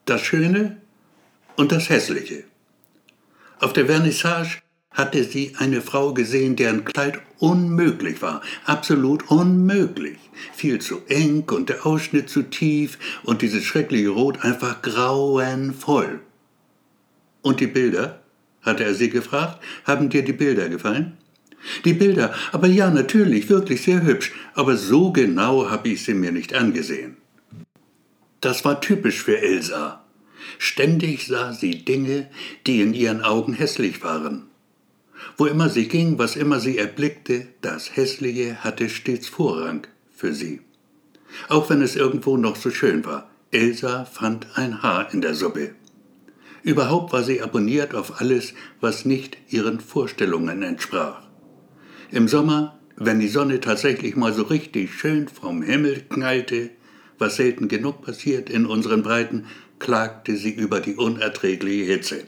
Das Schöne und das Hässliche. Auf der Vernissage hatte sie eine Frau gesehen, deren Kleid unmöglich war, absolut unmöglich. Viel zu eng und der Ausschnitt zu tief und dieses schreckliche Rot einfach grauenvoll. Und die Bilder? Hatte er sie gefragt. Haben dir die Bilder gefallen? Die Bilder, aber ja, natürlich, wirklich sehr hübsch, aber so genau habe ich sie mir nicht angesehen. Das war typisch für Elsa. Ständig sah sie Dinge, die in ihren Augen hässlich waren. Wo immer sie ging, was immer sie erblickte, das Hässliche hatte stets Vorrang für sie. Auch wenn es irgendwo noch so schön war. Elsa fand ein Haar in der Suppe. Überhaupt war sie abonniert auf alles, was nicht ihren Vorstellungen entsprach. Im Sommer, wenn die Sonne tatsächlich mal so richtig schön vom Himmel knallte, was selten genug passiert in unseren Breiten, klagte sie über die unerträgliche Hitze.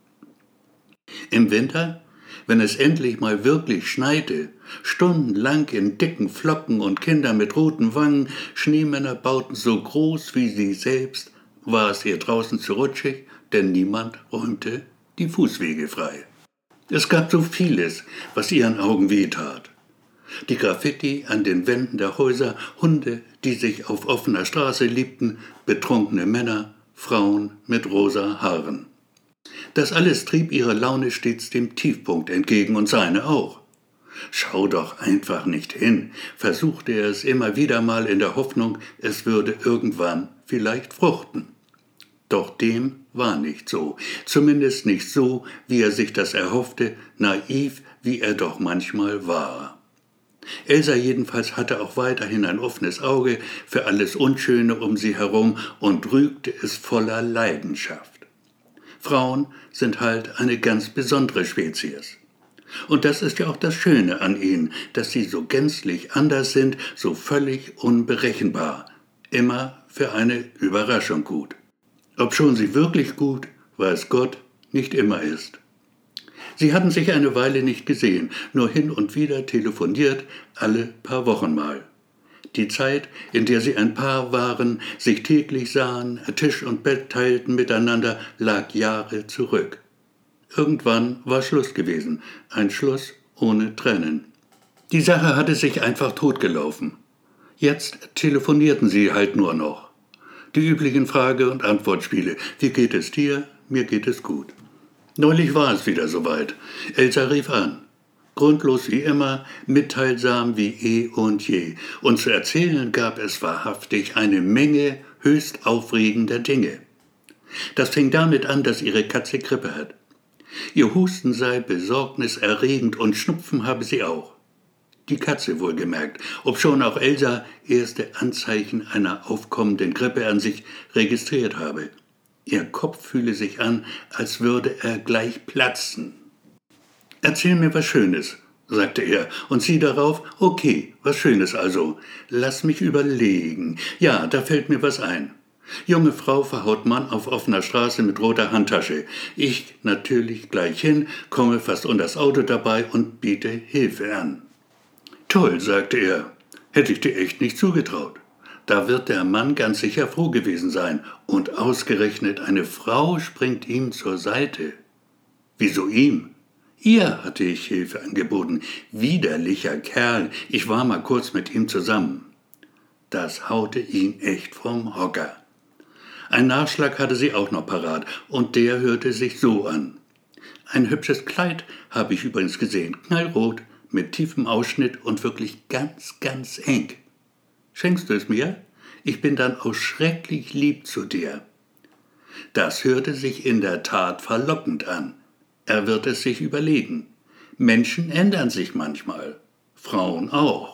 Im Winter, wenn es endlich mal wirklich schneite, stundenlang in dicken Flocken und Kinder mit roten Wangen, Schneemänner bauten so groß wie sie selbst, war es ihr draußen zu rutschig, denn niemand räumte die Fußwege frei. Es gab so vieles, was ihren Augen wehtat. Die Graffiti an den Wänden der Häuser, Hunde, die sich auf offener Straße liebten, betrunkene Männer, Frauen mit rosa Haaren. Das alles trieb ihre Laune stets dem Tiefpunkt entgegen und seine auch. Schau doch einfach nicht hin, versuchte er es immer wieder mal in der Hoffnung, es würde irgendwann vielleicht fruchten. Doch dem war nicht so, zumindest nicht so, wie er sich das erhoffte, naiv, wie er doch manchmal war. Elsa jedenfalls hatte auch weiterhin ein offenes Auge für alles Unschöne um sie herum und rügte es voller Leidenschaft. Frauen sind halt eine ganz besondere Spezies. Und das ist ja auch das Schöne an ihnen, dass sie so gänzlich anders sind, so völlig unberechenbar, immer für eine Überraschung gut. Obschon sie wirklich gut, weiß Gott, nicht immer ist. Sie hatten sich eine Weile nicht gesehen, nur hin und wieder telefoniert, alle paar Wochen mal. Die Zeit, in der sie ein Paar waren, sich täglich sahen, Tisch und Bett teilten miteinander, lag Jahre zurück. Irgendwann war Schluss gewesen, ein Schluss ohne Tränen. Die Sache hatte sich einfach totgelaufen. Jetzt telefonierten sie halt nur noch. Die üblichen Frage- und Antwortspiele. Wie geht es dir? Mir geht es gut. Neulich war es wieder soweit. Elsa rief an. Grundlos wie immer, mitteilsam wie eh und je. Und zu erzählen gab es wahrhaftig eine Menge höchst aufregender Dinge. Das fing damit an, dass ihre Katze Grippe hat. Ihr Husten sei besorgniserregend und Schnupfen habe sie auch. Die Katze wohlgemerkt, obschon auch Elsa erste Anzeichen einer aufkommenden Grippe an sich registriert habe. Ihr Kopf fühle sich an, als würde er gleich platzen. »Erzähl mir was Schönes«, sagte er, und sie darauf, »Okay, was Schönes also. Lass mich überlegen. Ja, da fällt mir was ein. Junge Frau verhaut Mann auf offener Straße mit roter Handtasche. Ich natürlich gleich hin, komme fast unters Auto dabei und biete Hilfe an.« »Toll«, sagte er, »hätte ich dir echt nicht zugetraut. Da wird der Mann ganz sicher froh gewesen sein. Und ausgerechnet eine Frau springt ihm zur Seite.« »Wieso ihm?« »Ihr hatte ich Hilfe angeboten. Widerlicher Kerl. Ich war mal kurz mit ihm zusammen.« Das haute ihn echt vom Hocker. Ein Nachschlag hatte sie auch noch parat, und der hörte sich so an. »Ein hübsches Kleid habe ich übrigens gesehen, knallrot, mit tiefem Ausschnitt und wirklich ganz, ganz eng. Schenkst du es mir? Ich bin dann auch schrecklich lieb zu dir.« Das hörte sich in der Tat verlockend an. Er wird es sich überlegen. Menschen ändern sich manchmal, Frauen auch.